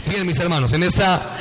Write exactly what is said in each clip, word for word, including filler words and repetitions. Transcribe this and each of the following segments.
Bien, mis hermanos, en esta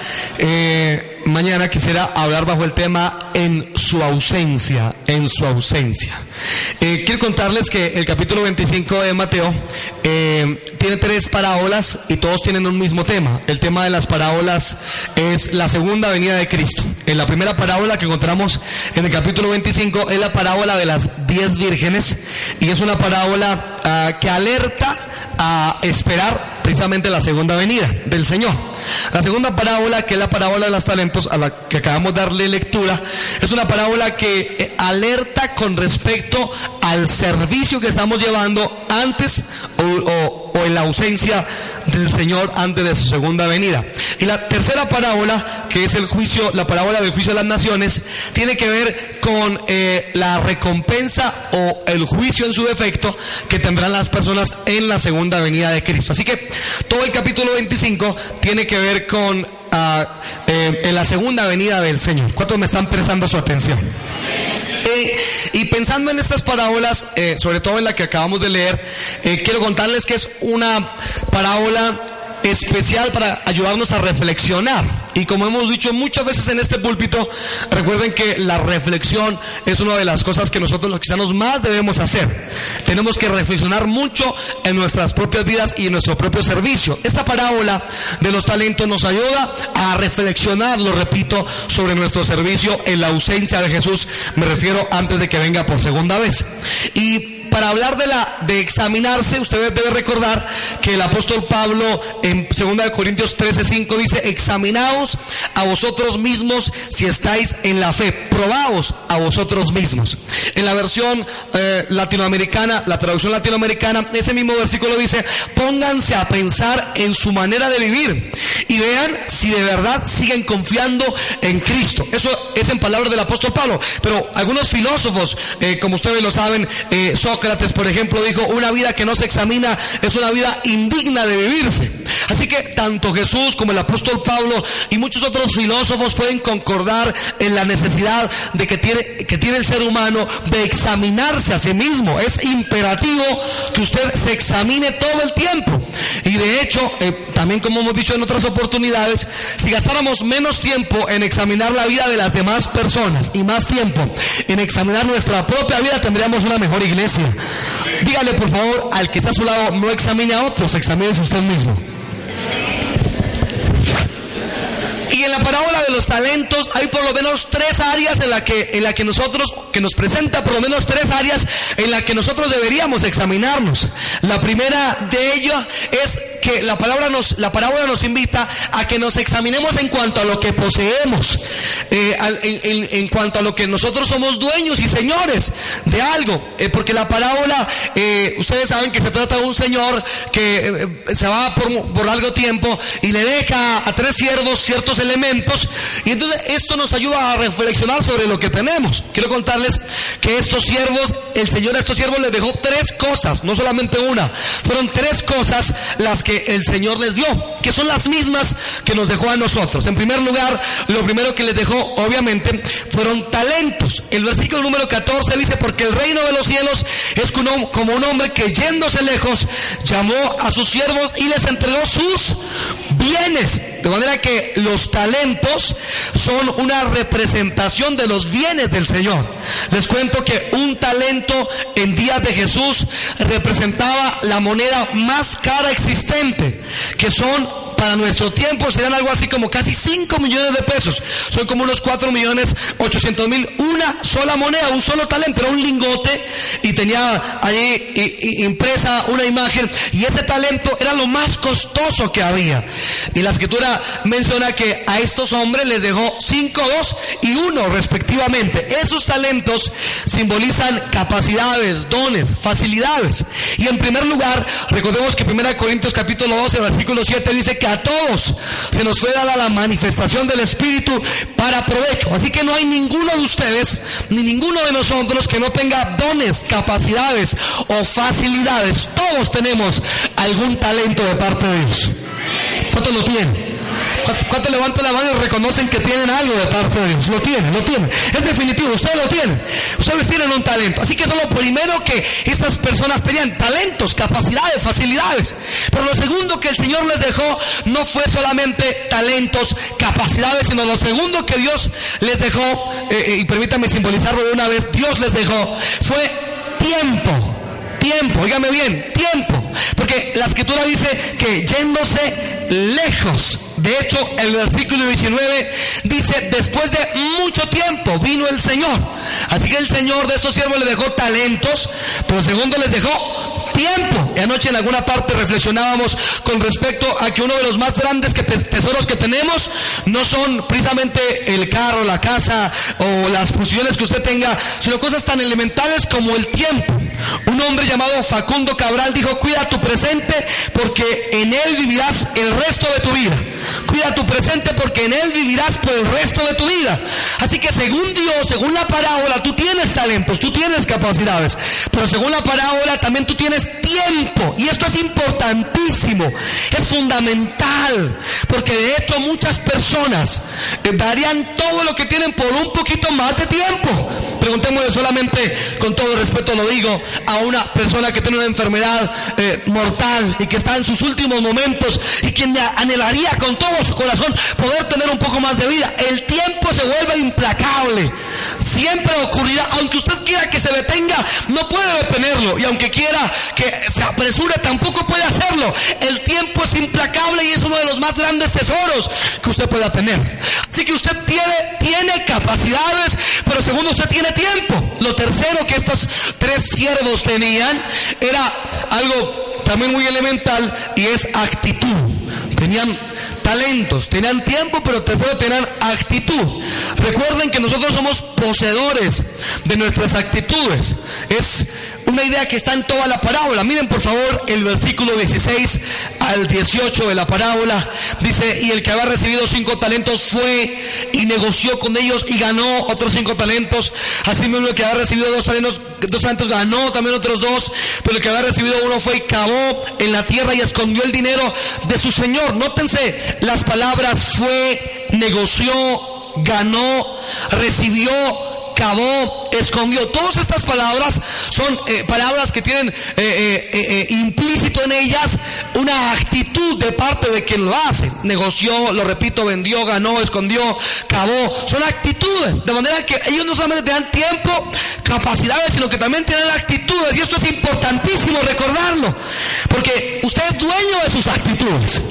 eh, mañana quisiera hablar bajo el tema en su ausencia, en su ausencia. Eh, quiero contarles que el capítulo veinticinco de Mateo eh, tiene tres parábolas y todos tienen un mismo tema. El tema de las parábolas es la segunda venida de Cristo. En la primera parábola que encontramos en el capítulo veinticinco es la parábola de las diez vírgenes y es una parábola uh, que alerta a esperar precisamente la segunda venida del Señor. La segunda parábola, que es la parábola de los talentos, a la que acabamos de darle lectura, es una parábola que alerta con respecto al servicio que estamos llevando antes o, o, o en la ausencia del Señor antes de su segunda venida. Y la tercera parábola, que es el juicio, la parábola del juicio de las naciones, tiene que ver con eh, la recompensa o el juicio en su defecto que tendrán las personas en la segunda venida de Cristo. Así que todo el capítulo veinticinco tiene que ver con uh, eh, en la segunda venida del Señor. ¿Cuántos me están prestando su atención? Eh, y pensando en estas parábolas, eh, sobre todo en la que acabamos de leer, eh, quiero contarles que es una parábola especial para ayudarnos a reflexionar. Y como hemos dicho muchas veces en este púlpito, recuerden que la reflexión es una de las cosas que nosotros los cristianos más debemos hacer. Tenemos que reflexionar mucho en nuestras propias vidas y en nuestro propio servicio. Esta parábola de los talentos nos ayuda a reflexionar, lo repito, sobre nuestro servicio en la ausencia de Jesús. Me refiero antes de que venga por segunda vez. Y para hablar de la de examinarse, ustedes deben recordar que el apóstol Pablo en segunda de Corintios trece cinco dice: examinaos a vosotros mismos si estáis en la fe, probaos a vosotros mismos. En la versión eh, latinoamericana, la traducción latinoamericana, ese mismo versículo dice: pónganse a pensar en su manera de vivir y vean si de verdad siguen confiando en Cristo. Eso es en palabras del apóstol Pablo. Pero algunos filósofos, eh, como ustedes lo saben, eh, Sócrates, por ejemplo, dijo: una vida que no se examina es una vida indigna de vivirse. Así que tanto Jesús como el apóstol Pablo y muchos otros filósofos pueden concordar en la necesidad de que tiene, que tiene el ser humano de examinarse a sí mismo. Es imperativo que usted se examine todo el tiempo. Y de hecho, eh, también como hemos dicho en otras oportunidades, si gastáramos menos tiempo en examinar la vida de las demás personas y más tiempo en examinar nuestra propia vida, tendríamos una mejor iglesia. Dígale por favor al que está a su lado: no examine a otros, examínese usted mismo. Y en la parábola de los talentos hay por lo menos tres áreas en la que en la que nosotros que nos presenta por lo menos tres áreas en la que nosotros deberíamos examinarnos. La primera de ellas es que la palabra nos la parábola nos invita a que nos examinemos en cuanto a lo que poseemos, eh, en, en, en cuanto a lo que nosotros somos dueños y señores de algo, eh, porque la parábola, eh, ustedes saben que se trata de un señor que eh, se va por, por largo tiempo y le deja a tres siervos ciertos elementos, y entonces esto nos ayuda a reflexionar sobre lo que tenemos. Quiero contarles que estos siervos, el Señor a estos siervos les dejó tres cosas, no solamente una, fueron tres cosas las que el Señor les dio, que son las mismas que nos dejó a nosotros. En primer lugar, lo primero que les dejó, obviamente, fueron talentos. El versículo número catorce dice: porque el reino de los cielos es como un hombre que, yéndose lejos, llamó a sus siervos y les entregó sus bienes. De manera que los talentos son una representación de los bienes del Señor. Les cuento que un talento en días de Jesús representaba la moneda más cara existente, que son, para nuestro tiempo, serían algo así como casi cinco millones de pesos. Son como unos cuatro millones ochocientos mil. Una sola moneda, un solo talento. Era un lingote y tenía allí impresa una imagen. Y ese talento era lo más costoso que había. Y la escritura menciona que a estos hombres les dejó cinco, dos y uno respectivamente. Esos talentos simbolizan capacidades, dones, facilidades. Y en primer lugar, recordemos que primera Corintios capítulo doce, versículo siete dice que a todos se nos fue dada la manifestación del Espíritu para provecho. Así que no hay ninguno de ustedes ni ninguno de nosotros que no tenga dones, capacidades o facilidades. Todos tenemos algún talento de parte de Dios. ¿Cuántos lo tienen? ¿Cuántos levantan la mano y reconocen que tienen algo de parte de Dios? Lo tienen, lo tienen. Es definitivo, ustedes lo tienen. Ustedes tienen un talento. Así que eso es lo primero que estas personas tenían: talentos, capacidades, facilidades. Pero lo segundo que el Señor les dejó no fue solamente talentos, capacidades, sino lo segundo que Dios les dejó, eh, y permítanme simbolizarlo de una vez, Dios les dejó, fue tiempo. Tiempo, dígame bien, tiempo. Porque la escritura dice que yéndose lejos. De hecho, el versículo diecinueve dice: después de mucho tiempo vino el Señor. Así que el Señor de estos siervos les dejó talentos, pero segundo les dejó tiempo. Y anoche en alguna parte reflexionábamos con respecto a que uno de los más grandes que tesoros que tenemos no son precisamente el carro, la casa o las posiciones que usted tenga, sino cosas tan elementales como el tiempo. Un hombre llamado Facundo Cabral dijo: cuida tu presente porque en él vivirás el resto de tu vida. Cuida tu presente porque en él vivirás por el resto de tu vida. Así que según Dios, según la parábola, tú tienes talentos, tú tienes capacidades, pero según la parábola también tú tienes tiempo. Y esto es importantísimo, es fundamental, porque de hecho muchas personas darían todo lo que tienen por un poquito más de tiempo. Preguntémosle solamente, con todo respeto lo digo, a una persona que tiene una enfermedad eh, mortal y que está en sus últimos momentos y quien anhelaría con todo su corazón poder tener un poco más de vida. El tiempo se vuelve implacable, siempre ocurrirá. Aunque usted quiera que se detenga, no puede detenerlo, y aunque quiera que se apresure, tampoco puede hacerlo. El tiempo es implacable y es uno de los más grandes tesoros que usted pueda tener. Así que usted tiene, tiene capacidades, pero segundo, usted tiene tiempo. Lo tercero que estos tres siervos tenían era algo también muy elemental, y es actitud. Tenían talentos, tenían tiempo, pero tercero tenían actitud. Recuerden que nosotros somos poseedores de nuestras actitudes. Es una idea que está en toda la parábola. Miren por favor el versículo dieciséis al dieciocho de la parábola. Dice: y el que había recibido cinco talentos fue y negoció con ellos y ganó otros cinco talentos. Asimismo el que había recibido dos talentos, dos talentos ganó también otros dos. Pero el que había recibido uno fue y cavó en la tierra y escondió el dinero de su señor. Nótense las palabras: fue, negoció, ganó, recibió, cavó, escondió. Todas estas palabras son eh, palabras que tienen eh, eh, eh, implícito en ellas una actitud de parte de quien lo hace. Negoció, lo repito, vendió, ganó, escondió, cavó. Son actitudes, de manera que ellos no solamente tenían tiempo, capacidades, sino que también tienen actitudes. Y esto es importantísimo recordarlo, porque usted es dueño de sus actitudes.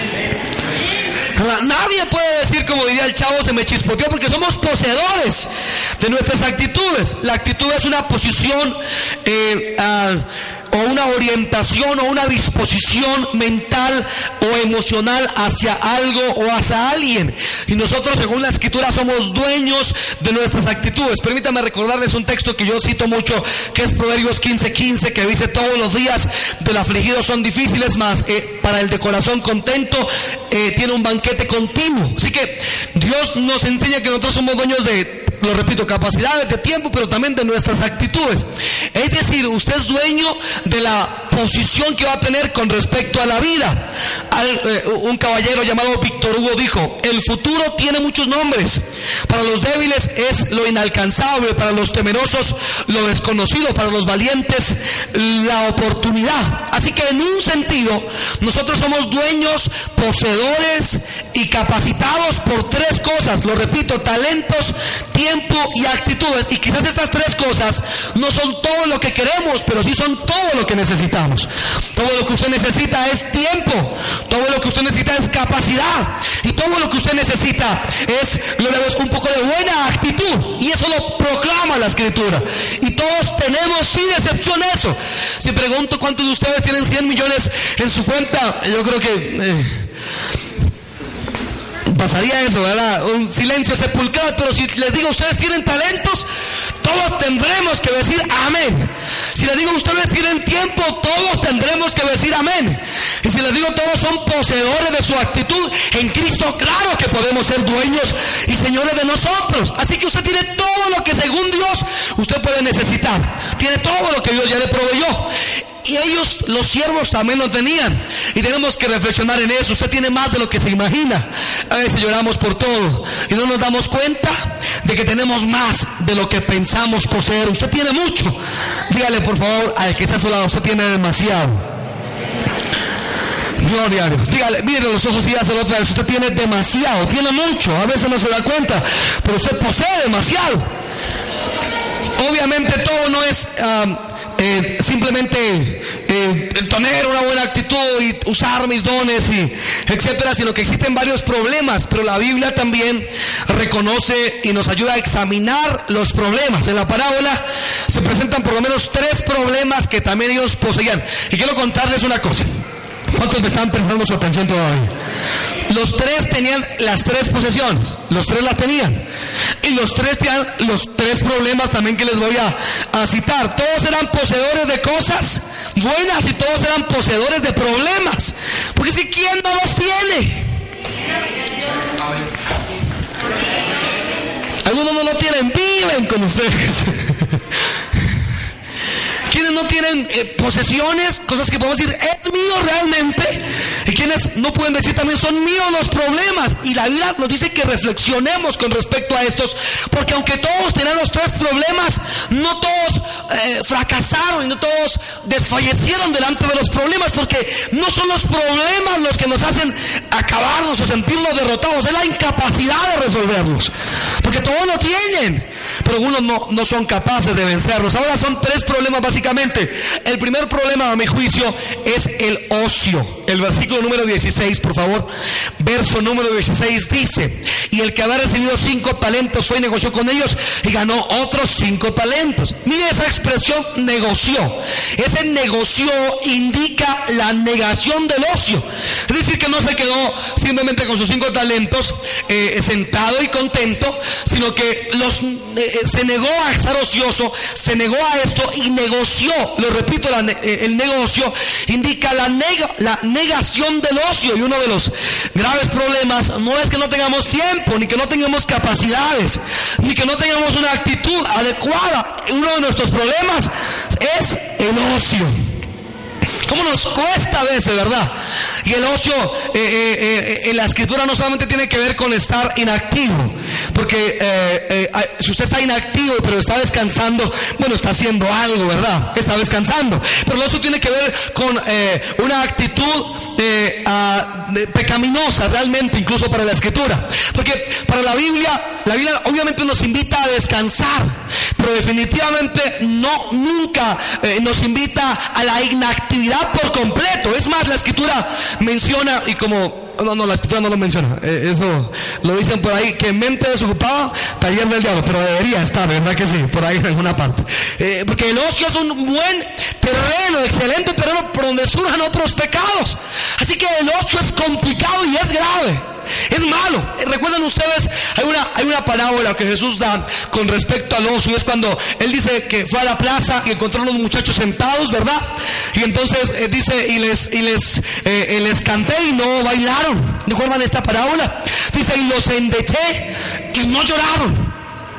Nadie puede decir, como diría el chavo, se me chispoteó, porque somos poseedores de nuestras actitudes. La actitud es una posición eh, uh, o una orientación o una disposición mental o emocional hacia algo o hacia alguien. Y nosotros, según la escritura, somos dueños de nuestras actitudes. Permítanme recordarles un texto que yo cito mucho, que es Proverbios quince quince, que dice: todos los días del afligido son difíciles, mas eh, para el de corazón contento eh, tiene un banquete continuo. Así que Dios nos enseña que nosotros somos dueños de, lo repito, capacidades, de tiempo, pero también de nuestras actitudes. Es decir, usted es dueño de la posición que va a tener con respecto a la vida. Al, eh, un caballero llamado Víctor Hugo dijo: el futuro tiene muchos nombres. Para los débiles es lo inalcanzable, para los temerosos lo desconocido, para los valientes la oportunidad. Así que en un sentido, nosotros somos dueños, poseedores y capacitados por tres cosas. Lo repito: talentos, tiempo y actitudes. Y quizás estas tres cosas no son todo lo que queremos, pero sí son todo lo que necesitamos. Todo lo que usted necesita es tiempo, todo lo que usted necesita es capacidad, y todo lo que usted necesita es, es un poco de buena actitud. Y eso lo proclama la escritura. Y todos tenemos sin excepción eso. Si pregunto cuántos de ustedes tienen cien millones en su cuenta, yo creo que eh, pasaría eso, ¿verdad? Un silencio sepulcral. Pero si les digo, ustedes tienen talentos, todos tendremos que decir amén. Si les digo, ustedes tienen tiempo, todos tendremos que decir amén. Y si les digo, todos son poseedores de su actitud en Cristo, claro que podemos ser dueños y señores de nosotros. Así que usted tiene todo lo que según Dios usted puede necesitar. Tiene todo lo que Dios ya le proveyó. y ellos, los siervos, también lo tenían. Y tenemos que reflexionar en eso. Usted tiene más de lo que se imagina. A veces lloramos por todo y no nos damos cuenta de que tenemos más de lo que pensamos poseer. Usted tiene mucho. Dígale por favor al que está a su lado, usted tiene demasiado. Gloria a Dios. Dígale, mire los ojos y dígase la otra vez, usted tiene demasiado, tiene mucho. A veces no se da cuenta, pero usted posee demasiado. Obviamente todo no es um, eh, simplemente eh, tener una buena actitud y usar mis dones y etcétera, sino que existen varios problemas, pero la Biblia también reconoce y nos ayuda a examinar los problemas. En la parábola se presentan por lo menos tres problemas que también ellos poseían. Y quiero contarles una cosa. ¿Cuántos me están prestando su atención todavía? Los tres tenían las tres posesiones, los tres las tenían. Y los tres tenían los tres problemas también que les voy a, a citar. Todos eran poseedores de cosas buenas y todos eran poseedores de problemas. Porque si ¿quién no los tiene? Algunos no lo tienen, viven con ustedes. Quienes no tienen eh, posesiones, cosas que podemos decir, es mío realmente. Y quienes no pueden decir también, son míos los problemas. Y la Biblia nos dice que reflexionemos con respecto a estos. Porque aunque todos tenían los tres problemas, no todos eh, fracasaron y no todos desfallecieron delante de los problemas. Porque no son los problemas los que nos hacen acabarnos o sentirnos derrotados. Es la incapacidad de resolverlos. Porque todos lo tienen, pero algunos no, no son capaces de vencerlos. Ahora son tres problemas básicamente. El primer problema, a mi juicio, es el ocio. El versículo número dieciséis, por favor. Verso número dieciséis dice: y el que había recibido cinco talentos fue y negoció con ellos y ganó otros cinco talentos. Mire esa expresión, negoció. Ese negoció indica la negación del ocio. Es decir, que no se quedó simplemente con sus cinco talentos eh, sentado y contento, sino que los, eh, se negó a estar ocioso, se negó a esto y negoció. Lo repito, la, el negocio indica la, nega, la negación del ocio. Y uno de los graves problemas no es que no tengamos tiempo, ni que no tengamos capacidades, ni que no tengamos una actitud adecuada. Uno de nuestros problemas es el ocio. ¿Cómo nos cuesta a veces, verdad? Y el ocio eh, eh, eh, en la escritura no solamente tiene que ver con estar inactivo, porque eh, eh, si usted está inactivo pero está descansando, bueno, está haciendo algo, ¿verdad? Está descansando. Pero el ocio tiene que ver con eh, una actitud eh, uh, pecaminosa realmente, incluso para la escritura. Porque para la Biblia, la Biblia obviamente nos invita a descansar, pero definitivamente no, nunca eh, nos invita a la inactividad por completo. Es más, la escritura menciona, y como no, no, la escritura no lo menciona, eh, eso lo dicen por ahí, que mente desocupada, taller del diablo, pero debería estar, ¿verdad que sí? Por ahí en alguna parte. Eh, porque el ocio es un buen terreno, excelente terreno por donde surjan otros pecados. Así que el ocio es complicado y es grave. Es malo. Recuerdan ustedes, hay una, hay una parábola que Jesús da con respecto al ocio, y es cuando Él dice que fue a la plaza y encontró a los muchachos sentados, ¿verdad? Y entonces eh, dice, y les, y les, eh, les canté y no bailaron. ¿Recuerdan esta parábola? Dice, y los endeché y no lloraron.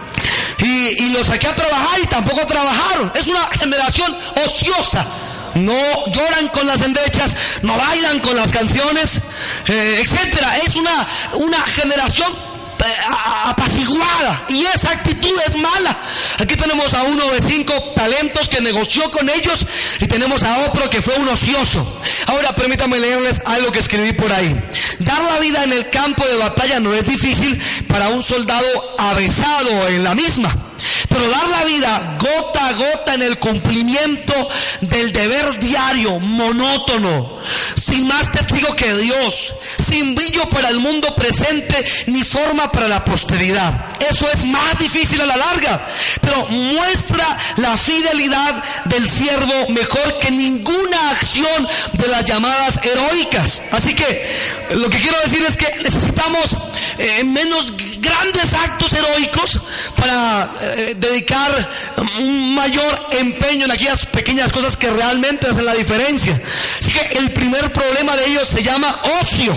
Y, y los saqué a trabajar y tampoco trabajaron. Es una generación ociosa. No lloran con las endechas, no bailan con las canciones, eh, etcétera. Es una, una generación eh, apaciguada, y esa actitud es mala. Aquí tenemos a uno de cinco talentos que negoció con ellos, y tenemos a otro que fue un ocioso. Ahora permítanme leerles algo que escribí por ahí. Dar la vida en el campo de batalla no es difícil para un soldado avezado en la misma. Pero dar la vida gota a gota en el cumplimiento del deber diario, monótono, sin más testigo que Dios, sin brillo para el mundo presente ni forma para la posteridad, eso es más difícil a la larga, pero muestra la fidelidad del siervo mejor que ninguna acción de las llamadas heroicas. Así que lo que quiero decir es que necesitamos eh, menos grandes actos heroicos para eh, dedicar un mayor empeño en aquellas pequeñas cosas que realmente hacen la diferencia. Así que el primer problema de ellos se llama ocio,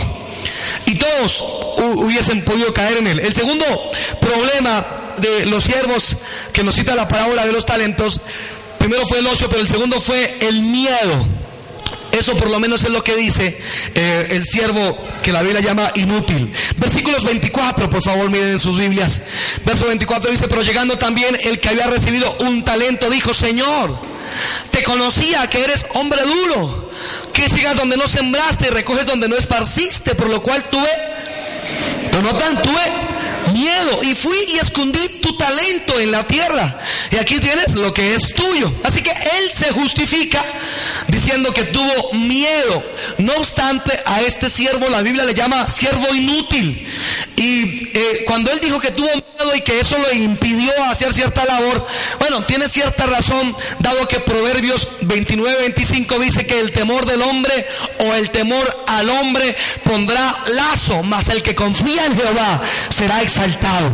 y todos hubiesen podido caer en él. El segundo problema de los siervos que nos cita la parábola de los talentos, primero fue el ocio, pero el segundo fue el miedo. Eso por lo menos es lo que dice eh, el siervo que la Biblia llama inútil. Versículos veinticuatro, por favor, miren en sus Biblias. Verso veinticuatro dice: pero llegando también el que había recibido un talento, dijo: Señor, te conocía que eres hombre duro, que sigas donde no sembraste y recoges donde no esparciste, por lo cual tuve, ¿lo notan? Tuve miedo y fui y escondí tu talento en la tierra, y aquí tienes lo que es tuyo. Así que él se justifica diciendo que tuvo miedo. No obstante, a este siervo la Biblia le llama siervo inútil, y eh, cuando él dijo que tuvo miedo y que eso lo impidió hacer cierta labor, bueno, tiene cierta razón, dado que Proverbios veintinueve veinticinco dice que el temor del hombre o el temor al hombre pondrá lazo, mas el que confía en Jehová será exaltado.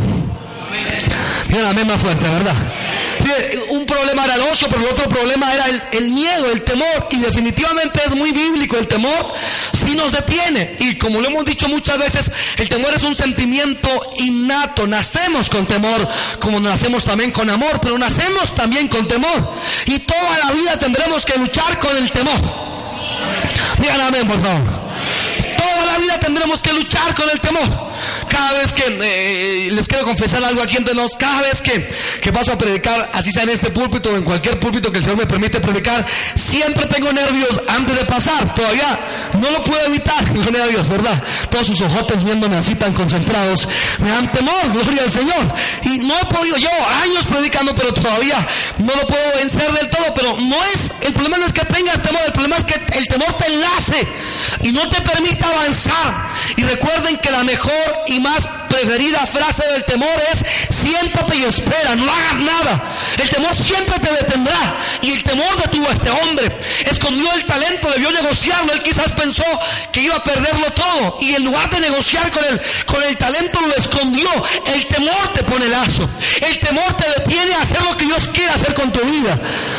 Mira, amén más fuerte, ¿verdad? Sí, un problema era el ocio, pero el otro problema era el, el miedo, el temor, y definitivamente es muy bíblico. El temor sí nos detiene, y como lo hemos dicho muchas veces, el temor es un sentimiento innato. Nacemos con temor, como nacemos también con amor, pero nacemos también con temor, y toda la vida tendremos que luchar con el temor. Digan amén, por favor. Toda la vida tendremos que luchar con el temor. Cada vez que, eh, les quiero confesar algo aquí entre nos, cada vez que, que paso a predicar, así sea en este púlpito o en cualquier púlpito que el Señor me permite predicar, siempre tengo nervios antes de pasar. Todavía no lo puedo evitar, los nervios, ¿verdad? Todos sus ojotes viéndome así tan concentrados, me dan temor, gloria al Señor. Y no he podido, llevo años predicando, pero todavía no lo puedo vencer del todo. Pero no es, el problema no es que tengas temor, el problema es que el temor te enlace y no te permita avanzar. Y recuerden que la mejor y más preferida frase del temor es: siéntate y espera, no hagas nada. El temor siempre te detendrá, y el temor detuvo a este hombre. Escondió el talento, debió negociarlo. Él quizás pensó que iba a perderlo todo, y en lugar de negociar con él, con el talento, lo escondió. El temor te pone lazo, el temor te detiene a hacer lo que Dios quiere hacer con tu vida.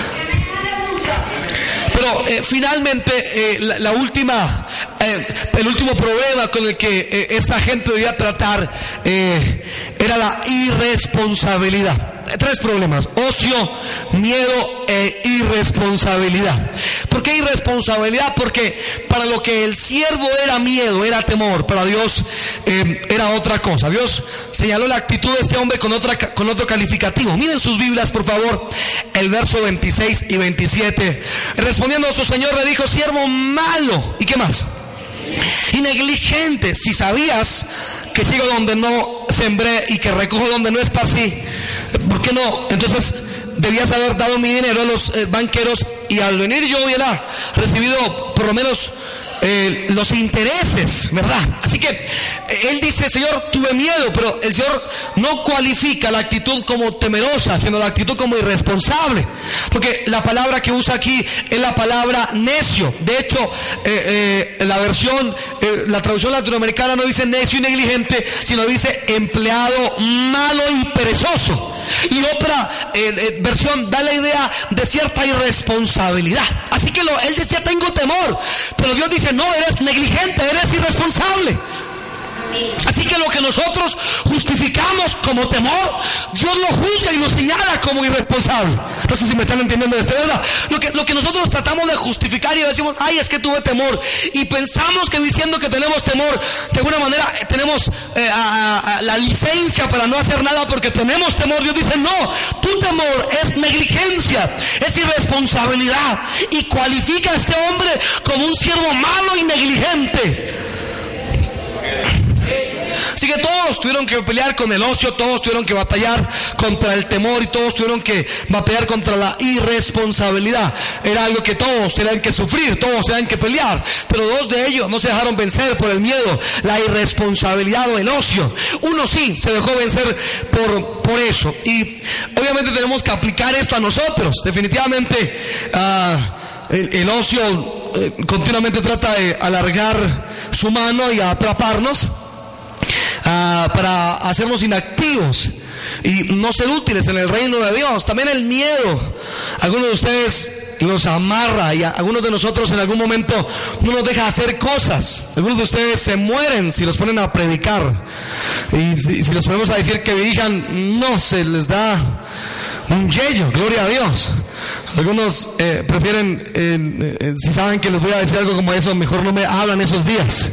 Pero eh, finalmente eh, la, la última, eh, el último problema con el que eh, esta gente debía tratar eh, era la irresponsabilidad. Tres problemas: ocio, miedo e irresponsabilidad. ¿Por qué irresponsabilidad? Porque para lo que el siervo era miedo, era temor, para Dios eh, era otra cosa. Dios señaló la actitud de este hombre con, otra, con otro calificativo. Miren sus Biblias, por favor, el verso veintiséis y veintisiete. Respondiendo a su señor le dijo: siervo malo. ¿Y qué más? Y negligente, si sabías que sigo donde no sembré y que recojo donde no esparcí, ¿por qué no? Entonces debías haber dado mi dinero a los eh, banqueros, y al venir yo hubiera recibido por lo menos eh, los intereses, ¿verdad? Así que eh, él dice: Señor, tuve miedo. Pero el Señor no cualifica la actitud como temerosa, sino la actitud como irresponsable, porque la palabra que usa aquí es la palabra necio. De hecho, eh, eh, la versión, eh, la traducción latinoamericana no dice necio y negligente, sino dice empleado malo y perezoso. Y otra eh, eh, versión da la idea de cierta irresponsabilidad. Así que lo, él decía: tengo temor, pero Dios dice: no, eres negligente, eres irresponsable. Así que lo que nosotros justificamos como temor, Dios lo juzga y lo señala como irresponsable. No sé si me están entendiendo de esto, ¿verdad? Lo que, lo que nosotros tratamos de justificar y decimos: ay, es que tuve temor, y pensamos que diciendo que tenemos temor, de alguna manera tenemos eh, a, a, la licencia para no hacer nada porque tenemos temor. Dios dice: no, tu temor es negligencia, es irresponsabilidad, y cualifica a este hombre como un siervo malo y negligente. Así que todos tuvieron que pelear con el ocio, todos tuvieron que batallar contra el temor, y todos tuvieron que batallar contra la irresponsabilidad. Era algo que todos tenían que sufrir, todos tenían que pelear, pero dos de ellos no se dejaron vencer por el miedo, la irresponsabilidad o el ocio. Uno sí se dejó vencer por, por eso, y obviamente tenemos que aplicar esto a nosotros. Definitivamente uh, el, el ocio eh, continuamente trata de alargar su mano y atraparnos, Uh, para hacernos inactivos y no ser útiles en el reino de Dios. También el miedo, algunos de ustedes los amarra, y a algunos de nosotros en algún momento no nos deja hacer cosas. Algunos de ustedes se mueren si los ponen a predicar, y si, si los ponemos a decir que dirijan, no se les da. un yello, gloria a Dios. Algunos eh, prefieren, eh, eh, si saben que les voy a decir algo como eso, mejor no me hablan esos días.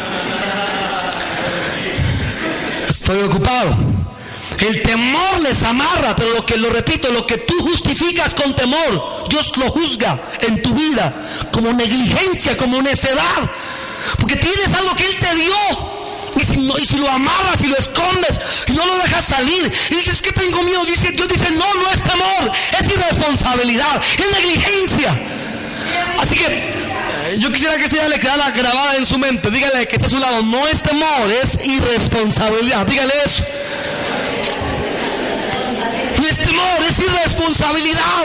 Estoy ocupado. El temor les amarra, pero lo que lo repito, lo que tú justificas con temor, Dios lo juzga en tu vida como negligencia, como necedad, porque tienes algo que Él te dio. Y si, no, y si lo amarras y lo escondes y no lo dejas salir y dices que tengo miedo, dice, Dios dice no, no es temor, es irresponsabilidad, es negligencia. Así que eh, yo quisiera que esta idea le quedara grabada en su mente. Dígale que está a su lado, no es temor, es irresponsabilidad. Dígale eso. No es temor, es irresponsabilidad.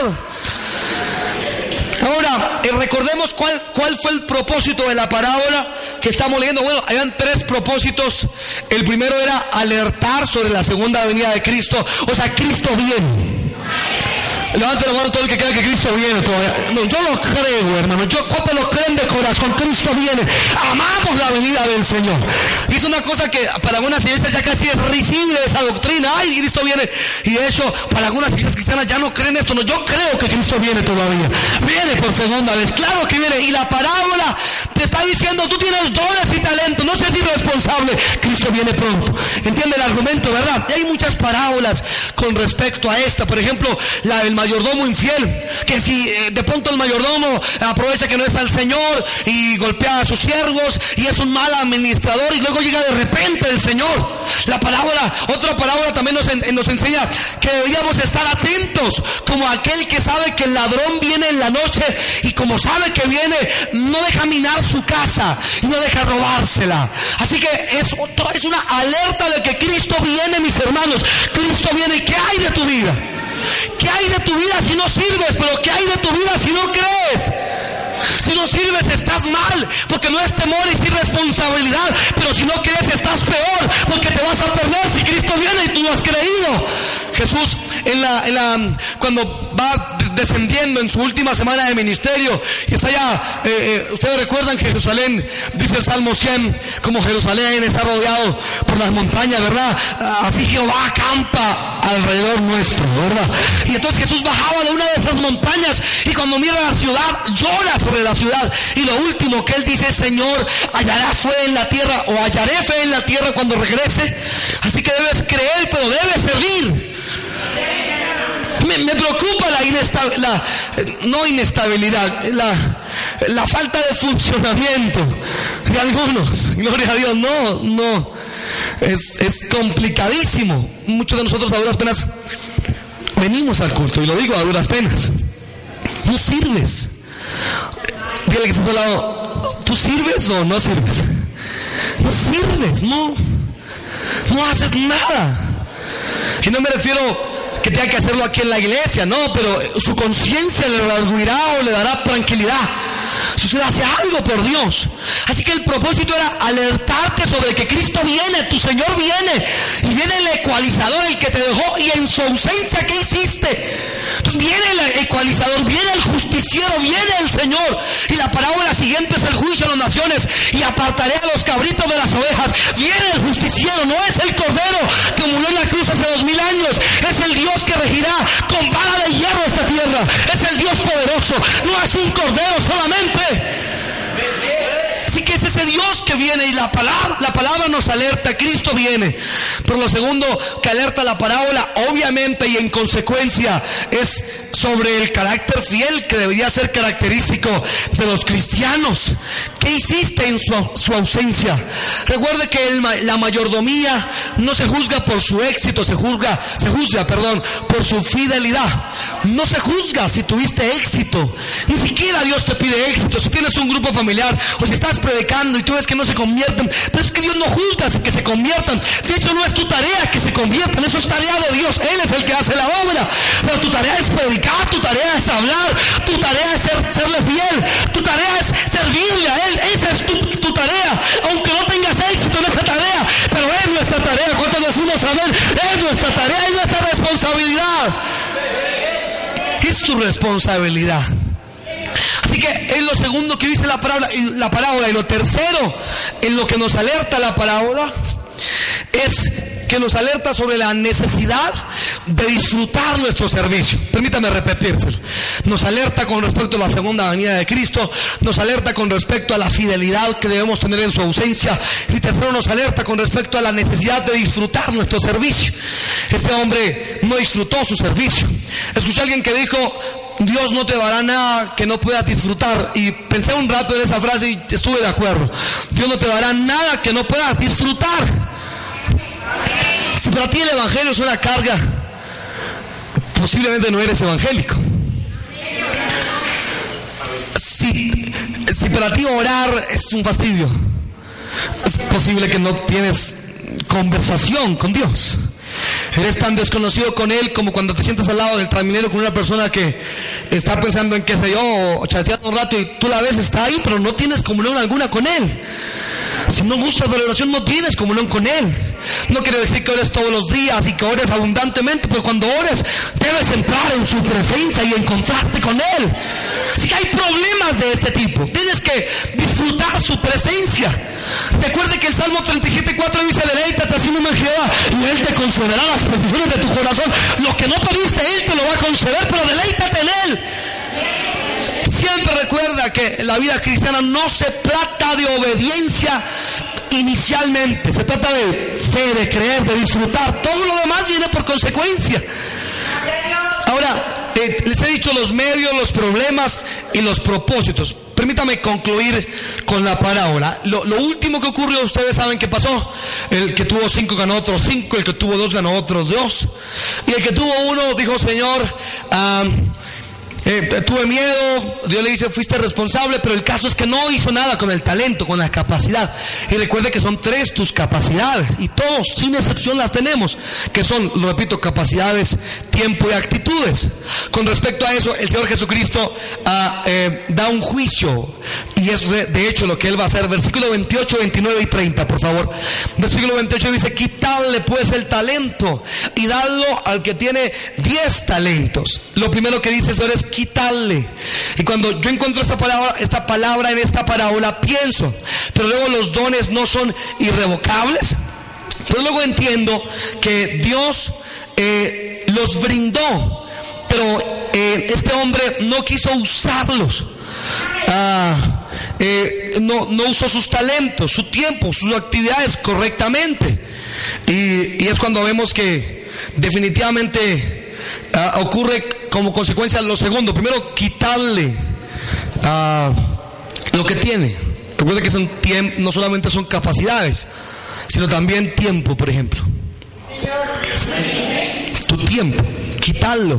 Ahora, eh, recordemos cuál, cuál fue el propósito de la parábola que estamos leyendo. Bueno, habían tres propósitos. El primero era alertar sobre la segunda venida de Cristo. O sea, Cristo viene. Levante la mano todo el que crea que Cristo viene todavía. No, yo lo creo, hermano. Yo, ¿cuántos lo creen de corazón? Cristo viene. Amamos la venida del Señor. Y es una cosa que para algunas iglesias ya casi es risible esa doctrina. Ay, Cristo viene. Y de hecho, para algunas iglesias cristianas ya no creen esto. No, yo creo que Cristo viene todavía. Viene por segunda vez. Claro que viene. Y la parábola te está diciendo, tú tienes dones y talentos. No seas irresponsable. Cristo viene pronto. ¿Entiende el argumento, verdad? Y hay muchas parábolas con respecto a esta. Por ejemplo, la del mayordomo infiel, que si eh, de pronto el mayordomo aprovecha que no está el Señor y golpea a sus siervos y es un mal administrador y luego llega de repente el Señor. La parábola, otra parábola también nos, en, nos enseña que deberíamos estar atentos como aquel que sabe que el ladrón viene en la noche y como sabe que viene no deja minar su casa y no deja robársela. Así que es, otro, es una alerta de que Cristo viene, mis hermanos. Cristo viene. ¿Qué hay de tu vida? ¿Qué hay de tu vida si no sirves? Pero ¿qué hay de tu vida si no crees? Si no sirves estás mal, porque no es temor, es irresponsabilidad. Pero si no crees estás peor, porque te vas a perder si Cristo viene y tú no has creído. Jesús en la, en la, cuando va descendiendo en su última semana de ministerio y está allá, eh, eh, ustedes recuerdan que Jerusalén, dice el Salmo cien, como Jerusalén está rodeado por las montañas, ¿verdad? Así Jehová acampa alrededor nuestro, ¿verdad? Y entonces Jesús bajaba de una de esas montañas y cuando mira la ciudad llora sobre la ciudad y lo último que él dice, Señor, hallará fe en la tierra o hallaré fe en la tierra cuando regrese. Así que debes creer, pero debes servir. Me, me preocupa la inestabilidad, no inestabilidad, la, la falta de funcionamiento de algunos. Gloria a Dios, no, no, es, es complicadísimo. Muchos de nosotros a duras penas venimos al culto, y lo digo a duras penas. No sirves. Dígale que está a su lado, ¿tú sirves o no sirves? No sirves, no, no haces nada. Y no me refiero que tenga que hacerlo aquí en la iglesia, no, pero su conciencia le redarguirá o le dará tranquilidad si usted hace algo por Dios. Así que el propósito era alertarte sobre que Cristo viene, tu Señor viene, y viene el ecualizador, el que te dejó, y en su ausencia, ¿qué hiciste? Entonces viene el ecualizador, viene el justiciero, viene el Señor. Y la parábola siguiente es el juicio a las naciones, y apartaré a los cabritos de las ovejas. Viene el justiciero, no es el cordero que murió en la cruz hace dos mil años, es el Dios que regirá con vara de hierro esta tierra, es el Dios poderoso, no es un cordero solamente. Así que es ese Dios que viene, y la palabra, la palabra nos alerta, Cristo viene. Pero lo segundo que alerta la parábola, obviamente y en consecuencia, es sobre el carácter fiel que debería ser característico de los cristianos. ¿Qué hiciste en su, su ausencia? Recuerde que el, la mayordomía no se juzga por su éxito, se juzga, se juzga, perdón, por su fidelidad. No se juzga si tuviste éxito. Ni siquiera Dios te pide éxito. Si tienes un grupo familiar o si estás predicando y tú ves que no se convierten, pero es que Dios no juzga que se conviertan. De hecho, no es tu tarea que se conviertan, eso es tarea de Dios. Él es el que hace la obra. Pero tu tarea es predicar, tu tarea es hablar, tu tarea es ser, serle fiel, tu tarea es servirle a Él. Esa es tu, tu tarea, aunque no tengas éxito en esa tarea, pero es nuestra tarea. ¿Cuántos decimos amén? Es nuestra tarea, es nuestra responsabilidad. Es tu responsabilidad. Así que es lo segundo que dice la parábola, la parábola. Y lo tercero en lo que nos alerta la parábola es que nos alerta sobre la necesidad de disfrutar nuestro servicio. Permítame repetírselo. Nos alerta con respecto a la segunda venida de Cristo, nos alerta con respecto a la fidelidad que debemos tener en su ausencia, y tercero, nos alerta con respecto a la necesidad de disfrutar nuestro servicio. Este hombre no disfrutó su servicio. Escuché a alguien que dijo: Dios no te dará nada que no puedas disfrutar. Y pensé un rato en esa frase y estuve de acuerdo. Dios no te dará nada que no puedas disfrutar. Si para ti el evangelio es una carga, posiblemente no eres evangélico. Si, si para ti orar es un fastidio, es posible que no tienes conversación con Dios. Eres tan desconocido con Él como cuando te sientas al lado del Transmilenio con una persona que está pensando en qué sé yo, o chateando un rato, y tú la ves, está ahí, pero no tienes comunión alguna con Él. Si no gustas de la oración, no tienes comunión con Él. No quiere decir que ores todos los días y que ores abundantemente, pero cuando ores debes entrar en su presencia y encontrarte con Él. Así que hay problemas de este tipo. Tienes que disfrutar su presencia. Recuerde que el Salmo treinta y siete cuatro dice: deleítate así mismo en Jehová, y Él te concederá las peticiones de tu corazón. Lo que no pediste, Él te lo va a conceder, pero deleítate en Él. Siempre recuerda que la vida cristiana no se trata de obediencia inicialmente, se trata de fe, de creer, de disfrutar. Todo lo demás viene por consecuencia. Ahora, eh, les he dicho los medios, los problemas y los propósitos. Permítame concluir con la parábola. Lo, lo último que ocurrió, ustedes saben qué pasó. El que tuvo cinco ganó otros cinco, el que tuvo dos ganó otros dos, y el que tuvo uno dijo: Señor, um, Eh, tuve miedo. Dios le dice: fuiste responsable, pero el caso es que no hizo nada con el talento, con la capacidad. Y recuerde que son tres tus capacidades, y todos sin excepción las tenemos, que son, lo repito, capacidades, tiempo y actitudes. Con respecto a eso, el Señor Jesucristo uh, eh, da un juicio, y es de hecho lo que Él va a hacer. Versículo veintiocho, veintinueve y treinta, por favor. Versículo veintiocho dice: quitadle pues el talento y dadlo al que tiene diez talentos. Lo primero que dice el Señor es quitarle. Y cuando yo encuentro esta palabra, esta palabra en esta parábola, pienso, pero luego los dones no son irrevocables. Pero luego entiendo que Dios eh, los brindó, pero eh, este hombre no quiso usarlos. Ah, eh, no, no usó sus talentos, su tiempo, sus actividades correctamente. Y, y es cuando vemos que definitivamente Uh, ocurre como consecuencia lo segundo. Primero, quitarle uh, lo que tiene. Recuerda que son tiemp- no solamente son capacidades, sino también tiempo, por ejemplo. Tu tiempo, quitarlo.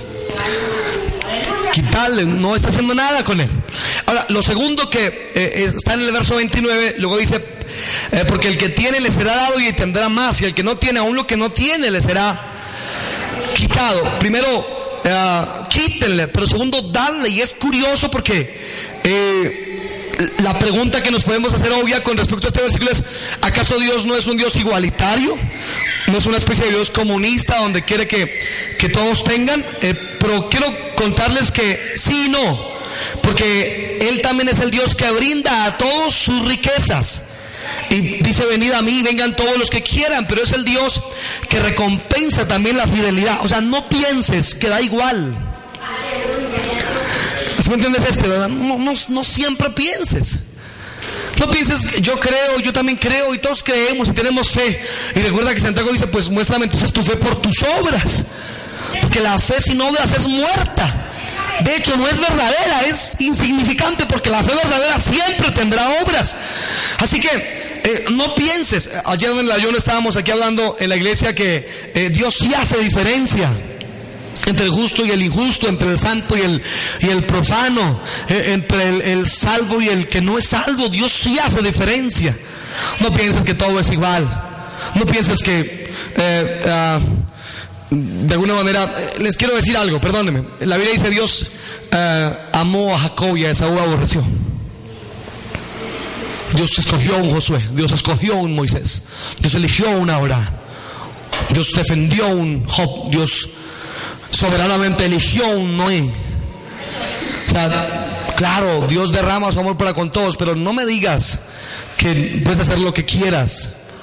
Quitarle, no está haciendo nada con él. Ahora, lo segundo que eh, está en el verso veintinueve, luego dice: eh, porque el que tiene le será dado y tendrá más, y el que no tiene, aún lo que no tiene le será quitado. Primero, uh, quítenle, pero segundo, darle. Y es curioso porque eh, la pregunta que nos podemos hacer obvia con respecto a este versículo es: ¿acaso Dios no es un Dios igualitario? ¿No es una especie de Dios comunista donde quiere que, que todos tengan? Eh, pero quiero contarles que sí y no, porque Él también es el Dios que brinda a todos sus riquezas. Y dice: venid a mí, vengan todos los que quieran. Pero es el Dios que recompensa también la fidelidad. O sea, no pienses que da igual. ¿Sí me entiendes esto, verdad? No, no, no siempre pienses. No pienses: yo creo, yo también creo, y todos creemos y tenemos fe. Y recuerda que Santiago dice: pues muéstrame entonces tu fe por tus obras, porque la fe sin obras es muerta. De hecho, no es verdadera, es insignificante, porque la fe verdadera siempre tendrá obras. Así que Eh, no pienses. Ayer en la Ayón estábamos aquí hablando en la iglesia que eh, Dios sí hace diferencia entre el justo y el injusto, entre el santo y el, y el profano, eh, entre el, el salvo y el que no es salvo. Dios sí hace diferencia. No pienses que todo es igual. No pienses que eh, uh, de alguna manera, eh, les quiero decir algo, perdónenme. La Biblia dice: Dios uh, amó a Jacob y a Esaú aborreció. Dios escogió a un Josué, Dios escogió a un Moisés, Dios eligió a un Abraham, Dios defendió a un Job, Dios soberanamente eligió a un Noé. O sea, claro, Dios derrama su amor para con todos, pero no me digas que puedes hacer lo que quieras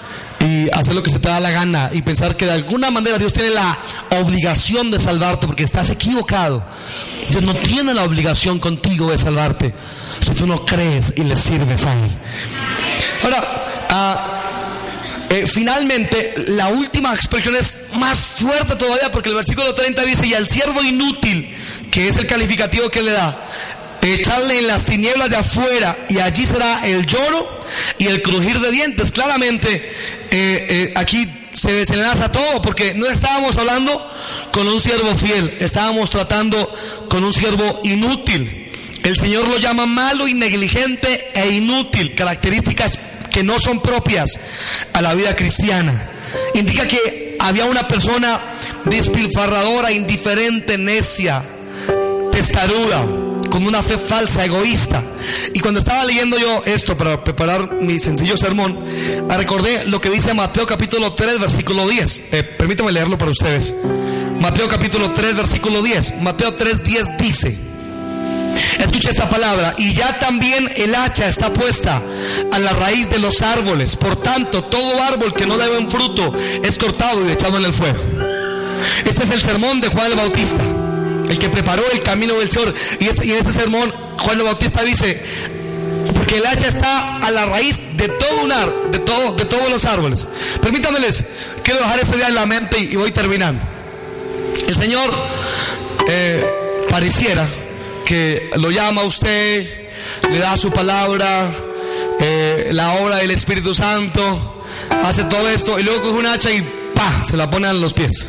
y hacer lo que se te da la gana y pensar que de alguna manera Dios tiene la obligación de salvarte, porque estás equivocado. Dios no tiene la obligación contigo de salvarte si tú no crees y le sirves a Él. Ahora, uh, eh, finalmente, la última expresión es más fuerte todavía, porque el versículo treinta dice: y al siervo inútil, que es el calificativo que le da, echarle en las tinieblas de afuera, y allí será el lloro y el crujir de dientes. Claramente, eh, eh, aquí se desenlaza todo, porque no estábamos hablando con un siervo fiel, estábamos tratando con un siervo inútil. El Señor lo llama malo y negligente e inútil, características que no son propias a la vida cristiana. Indica que había una persona despilfarradora, indiferente, necia, testaruda, con una fe falsa, egoísta. Y cuando estaba leyendo yo esto para preparar mi sencillo sermón, recordé lo que dice Mateo capítulo tres, versículo diez. Eh, permítame leerlo para ustedes. Mateo capítulo tres, versículo diez. Mateo tres, diez dice: escucha esta palabra: y ya también el hacha está puesta a la raíz de los árboles. Por tanto, todo árbol que no dé buen fruto es cortado y echado en el fuego. Este es el sermón de Juan el Bautista, el que preparó el camino del Señor. Y, este, y en este sermón Juan el Bautista dice: porque el hacha está a la raíz de todo un ar, de todo, de todos los árboles. Permítanme, les quiero dejar este día en la mente y, y voy terminando. El Señor eh, pareciera que lo llama a usted, le da su palabra, eh, la obra del Espíritu Santo, hace todo esto y luego coge un hacha y ¡pa!, se la pone a los pies.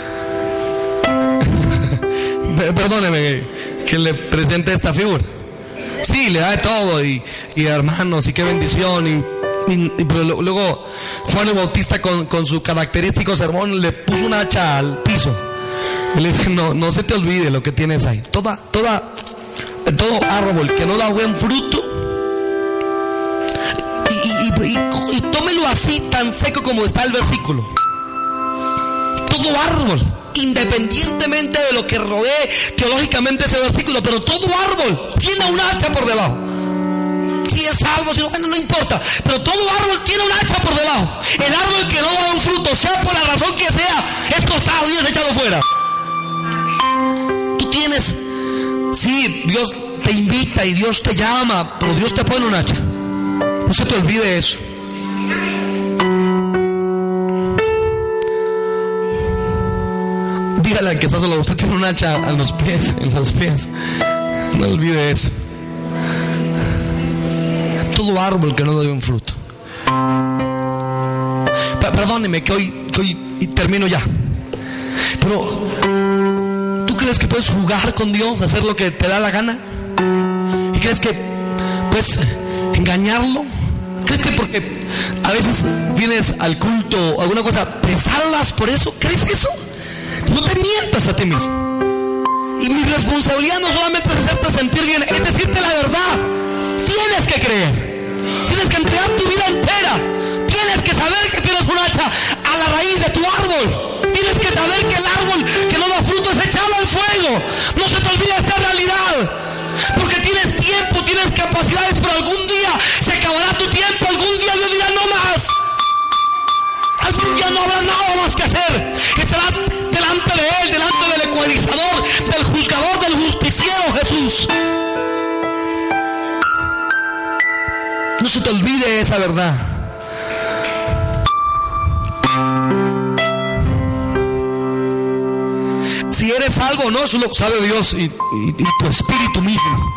Perdóneme que le presente esta figura. Sí, le da de todo y, y hermanos, y qué bendición, y, y, y pero luego Juan el Bautista con, con su característico sermón le puso un hacha al piso y le dice: no, no se te olvide lo que tienes ahí. Toda, toda, todo árbol que no da buen fruto, y, y, y, y, y tómelo así, tan seco como está el versículo. Todo árbol, independientemente de lo que rodee teológicamente ese versículo, pero todo árbol tiene un hacha por debajo. Si es algo, si no, bueno, no importa, pero todo árbol tiene un hacha por debajo. El árbol que no da un fruto, sea por la razón que sea, es cortado y es echado fuera. Tú tienes, sí, Dios te invita y Dios te llama, pero Dios te pone un hacha. No se te olvide eso. Dígale al que está solo: usted tiene un hacha a los pies, en los pies. No olvide eso. Todo árbol que no dé un fruto. Perdóneme que hoy, que hoy y termino ya. Pero ¿tú crees que puedes jugar con Dios, hacer lo que te da la gana? ¿Y crees que puedes engañarlo? ¿Crees que porque a veces vienes al culto o alguna cosa te salvas por eso? ¿Crees eso? No te mientas a ti mismo. Y mi responsabilidad no solamente es hacerte sentir bien, es decirte la verdad. Tienes que creer, tienes que entregar tu vida entera, tienes que saber que tienes un hacha a la raíz de tu árbol, tienes que saber que el árbol que no da fruto es echado al fuego. No se te olvide esta realidad, porque tienes tiempo, tienes capacidades, pero algún día se acabará tu tiempo, algún día Dios dirá: no más. Algún día no habrá nada más que hacer. Estarás delante de Él, delante del ecualizador, del juzgador, del justiciero Jesús. No se te olvide esa verdad. Si eres salvo o no, eso lo sabe Dios y, y, y tu espíritu mismo.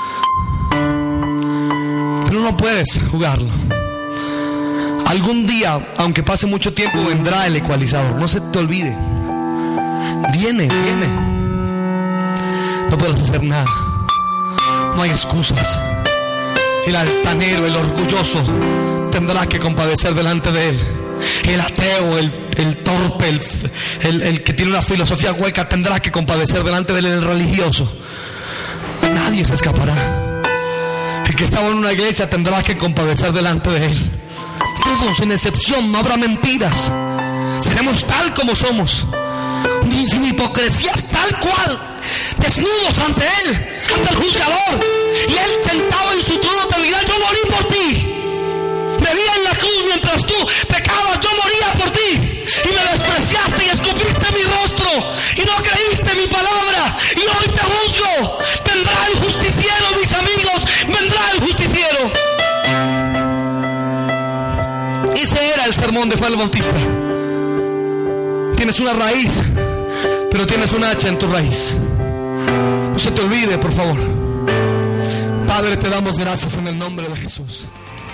Pero no puedes jugarlo. Algún día, aunque pase mucho tiempo, vendrá el ecualizador. No se te olvide. Viene, viene. No puedes hacer nada. No hay excusas. El altanero, el orgulloso, tendrá que compadecer delante de él. El ateo, el, el torpe, el, el, el que tiene una filosofía hueca, tendrá que compadecer delante de él. El religioso, nadie se escapará. El que estaba en una iglesia tendrá que compadecer delante de él. Todos, sin excepción, no habrá mentiras. Seremos tal como somos, sin hipocresías, tal cual, desnudos ante Él, ante el juzgador. Y Él, sentado en su trono, te dirá: yo morí por ti, me vi en la cruz mientras tú pecabas, yo y no creíste mi palabra y hoy te juzgo. Vendrá el justiciero, mis amigos, vendrá el justiciero. Ese era el sermón de Juan el Bautista. Tienes una raíz, pero tienes un hacha en tu raíz. No se te olvide, por favor. Padre, te damos gracias en el nombre de Jesús.